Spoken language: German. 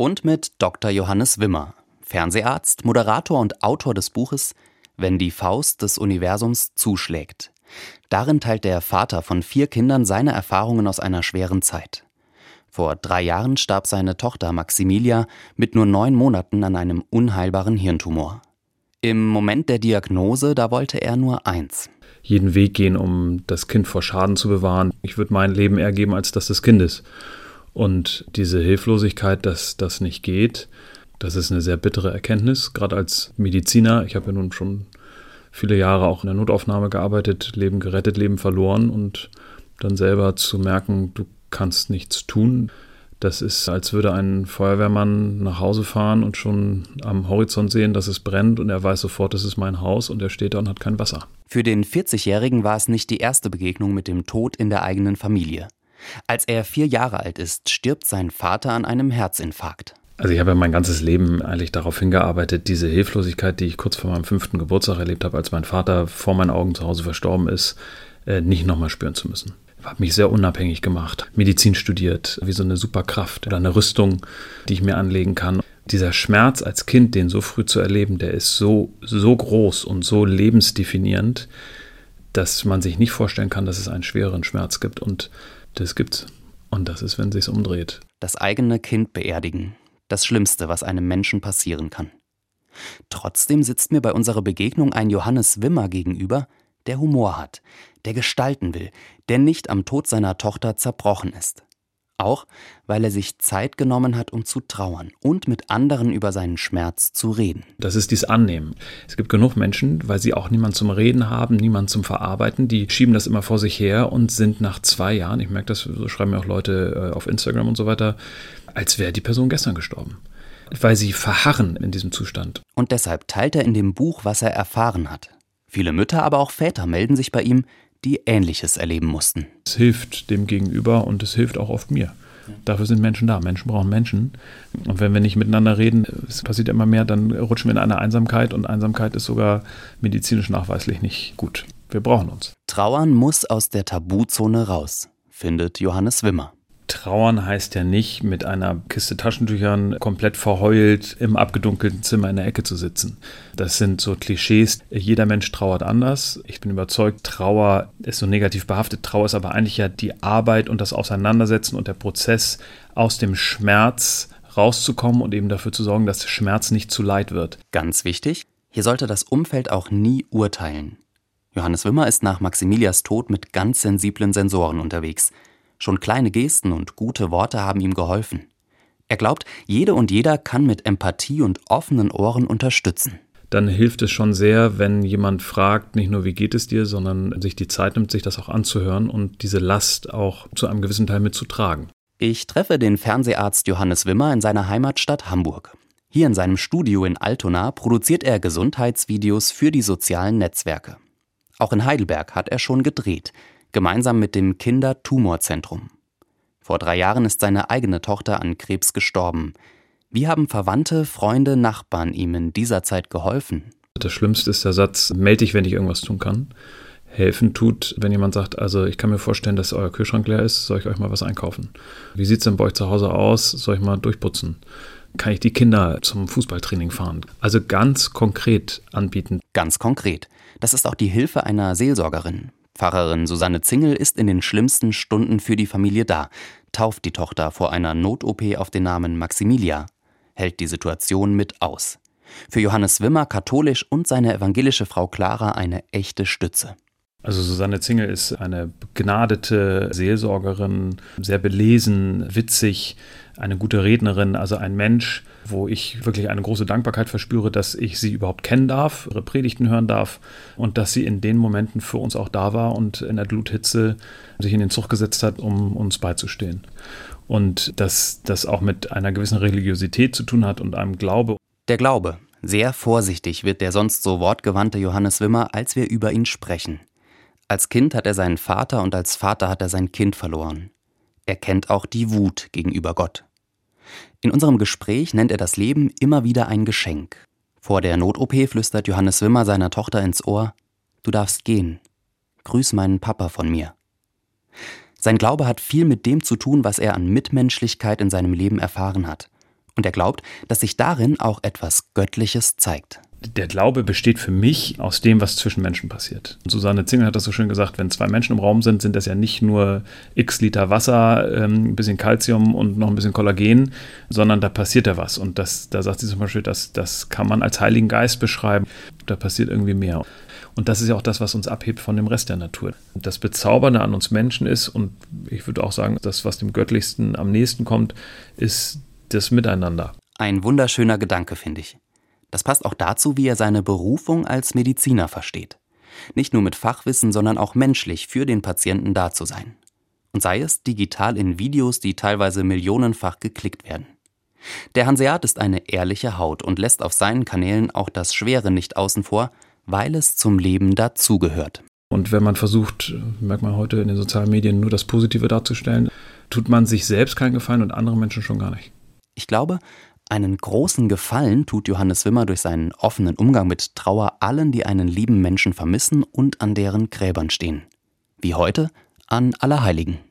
Und mit Dr. Johannes Wimmer, Fernseharzt, Moderator und Autor des Buches »Wenn die Faust des Universums zuschlägt«. Darin teilt der Vater von 4 Kindern seine Erfahrungen aus einer schweren Zeit. Vor 3 Jahren starb seine Tochter Maximilia mit nur 9 Monaten an einem unheilbaren Hirntumor. Im Moment der Diagnose, da wollte er nur eins: jeden Weg gehen, um das Kind vor Schaden zu bewahren. Ich würde mein Leben eher geben als das des Kindes. Und diese Hilflosigkeit, dass das nicht geht, das ist eine sehr bittere Erkenntnis, gerade als Mediziner. Ich habe ja nun schon viele Jahre auch in der Notaufnahme gearbeitet, Leben gerettet, Leben verloren, und dann selber zu merken, du kannst nichts tun. Das ist, als würde ein Feuerwehrmann nach Hause fahren und schon am Horizont sehen, dass es brennt, und er weiß sofort, das ist mein Haus, und er steht da und hat kein Wasser. Für den 40-Jährigen war es nicht die erste Begegnung mit dem Tod in der eigenen Familie. Als er 4 Jahre alt ist, stirbt sein Vater an einem Herzinfarkt. Also ich habe ja mein ganzes Leben eigentlich darauf hingearbeitet, diese Hilflosigkeit, die ich kurz vor meinem 5. Geburtstag erlebt habe, als mein Vater vor meinen Augen zu Hause verstorben ist, nicht nochmal spüren zu müssen. Ich habe mich sehr unabhängig gemacht, Medizin studiert, wie so eine Superkraft oder eine Rüstung, die ich mir anlegen kann. Dieser Schmerz als Kind, den so früh zu erleben, der ist so groß und so lebensdefinierend, dass man sich nicht vorstellen kann, dass es einen schwereren Schmerz gibt. Und das gibt's. Und das ist, wenn es sich umdreht. Das eigene Kind beerdigen. Das Schlimmste, was einem Menschen passieren kann. Trotzdem sitzt mir bei unserer Begegnung ein Johannes Wimmer gegenüber, der Humor hat, der gestalten will, der nicht am Tod seiner Tochter zerbrochen ist. Auch, weil er sich Zeit genommen hat, um zu trauern und mit anderen über seinen Schmerz zu reden. Das ist dieses Annehmen. Es gibt genug Menschen, weil sie auch niemanden zum Reden haben, niemanden zum Verarbeiten, die schieben das immer vor sich her und sind nach 2 Jahren, ich merke das, so schreiben mir auch Leute auf Instagram und so weiter, als wäre die Person gestern gestorben. Weil sie verharren in diesem Zustand. Und deshalb teilt er in dem Buch, was er erfahren hat. Viele Mütter, aber auch Väter melden sich bei ihm, die Ähnliches erleben mussten. Es hilft dem Gegenüber und es hilft auch oft mir. Dafür sind Menschen da. Menschen brauchen Menschen. Und wenn wir nicht miteinander reden, es passiert immer mehr, dann rutschen wir in eine Einsamkeit. Und Einsamkeit ist sogar medizinisch nachweislich nicht gut. Wir brauchen uns. Trauern muss aus der Tabuzone raus, findet Johannes Wimmer. Trauern heißt ja nicht, mit einer Kiste Taschentüchern komplett verheult im abgedunkelten Zimmer in der Ecke zu sitzen. Das sind so Klischees. Jeder Mensch trauert anders. Ich bin überzeugt, Trauer ist so negativ behaftet. Trauer ist aber eigentlich ja die Arbeit und das Auseinandersetzen und der Prozess, aus dem Schmerz rauszukommen und eben dafür zu sorgen, dass Schmerz nicht zu Leid wird. Ganz wichtig, hier sollte das Umfeld auch nie urteilen. Johannes Wimmer ist nach Maximilias Tod mit ganz sensiblen Sensoren unterwegs. Schon kleine Gesten und gute Worte haben ihm geholfen. Er glaubt, jede und jeder kann mit Empathie und offenen Ohren unterstützen. Dann hilft es schon sehr, wenn jemand fragt, nicht nur wie geht es dir, sondern sich die Zeit nimmt, sich das auch anzuhören und diese Last auch zu einem gewissen Teil mitzutragen. Ich treffe den Fernseharzt Johannes Wimmer in seiner Heimatstadt Hamburg. Hier in seinem Studio in Altona produziert er Gesundheitsvideos für die sozialen Netzwerke. Auch in Heidelberg hat er schon gedreht, gemeinsam mit dem Kindertumorzentrum. Vor 3 Jahren ist seine eigene Tochter an Krebs gestorben. Wie haben Verwandte, Freunde, Nachbarn ihm in dieser Zeit geholfen? Das Schlimmste ist der Satz, melde dich, wenn ich irgendwas tun kann. Helfen tut, wenn jemand sagt, also ich kann mir vorstellen, dass euer Kühlschrank leer ist, soll ich euch mal was einkaufen? Wie sieht es denn bei euch zu Hause aus? Soll ich mal durchputzen? Kann ich die Kinder zum Fußballtraining fahren? Also ganz konkret anbieten. Ganz konkret. Das ist auch die Hilfe einer Seelsorgerin. Pfarrerin Susanne Zingel ist in den schlimmsten Stunden für die Familie da, tauft die Tochter vor einer Not-OP auf den Namen Maximilia, hält die Situation mit aus. Für Johannes Wimmer katholisch und seine evangelische Frau Clara eine echte Stütze. Also Susanne Zingel ist eine begnadete Seelsorgerin, sehr belesen, witzig, eine gute Rednerin, also ein Mensch, wo ich wirklich eine große Dankbarkeit verspüre, dass ich sie überhaupt kennen darf, ihre Predigten hören darf und dass sie in den Momenten für uns auch da war und in der Gluthitze sich in den Zug gesetzt hat, um uns beizustehen. Und dass das auch mit einer gewissen Religiosität zu tun hat und einem Glaube. Der Glaube. Sehr vorsichtig wird der sonst so wortgewandte Johannes Wimmer, als wir über ihn sprechen. Als Kind hat er seinen Vater und als Vater hat er sein Kind verloren. Er kennt auch die Wut gegenüber Gott. In unserem Gespräch nennt er das Leben immer wieder ein Geschenk. Vor der Not-OP flüstert Johannes Wimmer seiner Tochter ins Ohr: Du darfst gehen. Grüß meinen Papa von mir. Sein Glaube hat viel mit dem zu tun, was er an Mitmenschlichkeit in seinem Leben erfahren hat. Und er glaubt, dass sich darin auch etwas Göttliches zeigt. Der Glaube besteht für mich aus dem, was zwischen Menschen passiert. Und Susanne Zingel hat das so schön gesagt, wenn 2 Menschen im Raum sind, sind das ja nicht nur x Liter Wasser, ein bisschen Calcium und noch ein bisschen Kollagen, sondern da passiert ja was. Und da sagt sie zum Beispiel, das kann man als Heiligen Geist beschreiben. Da passiert irgendwie mehr. Und das ist ja auch das, was uns abhebt von dem Rest der Natur. Das Bezaubernde an uns Menschen ist, und ich würde auch sagen, das, was dem Göttlichsten am nächsten kommt, ist das Miteinander. Ein wunderschöner Gedanke, finde ich. Das passt auch dazu, wie er seine Berufung als Mediziner versteht. Nicht nur mit Fachwissen, sondern auch menschlich für den Patienten da zu sein. Und sei es digital in Videos, die teilweise millionenfach geklickt werden. Der Hanseat ist eine ehrliche Haut und lässt auf seinen Kanälen auch das Schwere nicht außen vor, weil es zum Leben dazugehört. Und wenn man versucht, merkt man heute in den sozialen Medien, nur das Positive darzustellen, tut man sich selbst keinen Gefallen und anderen Menschen schon gar nicht. Ich glaube, einen großen Gefallen tut Johannes Wimmer durch seinen offenen Umgang mit Trauer allen, die einen lieben Menschen vermissen und an deren Gräbern stehen. Wie heute an Allerheiligen.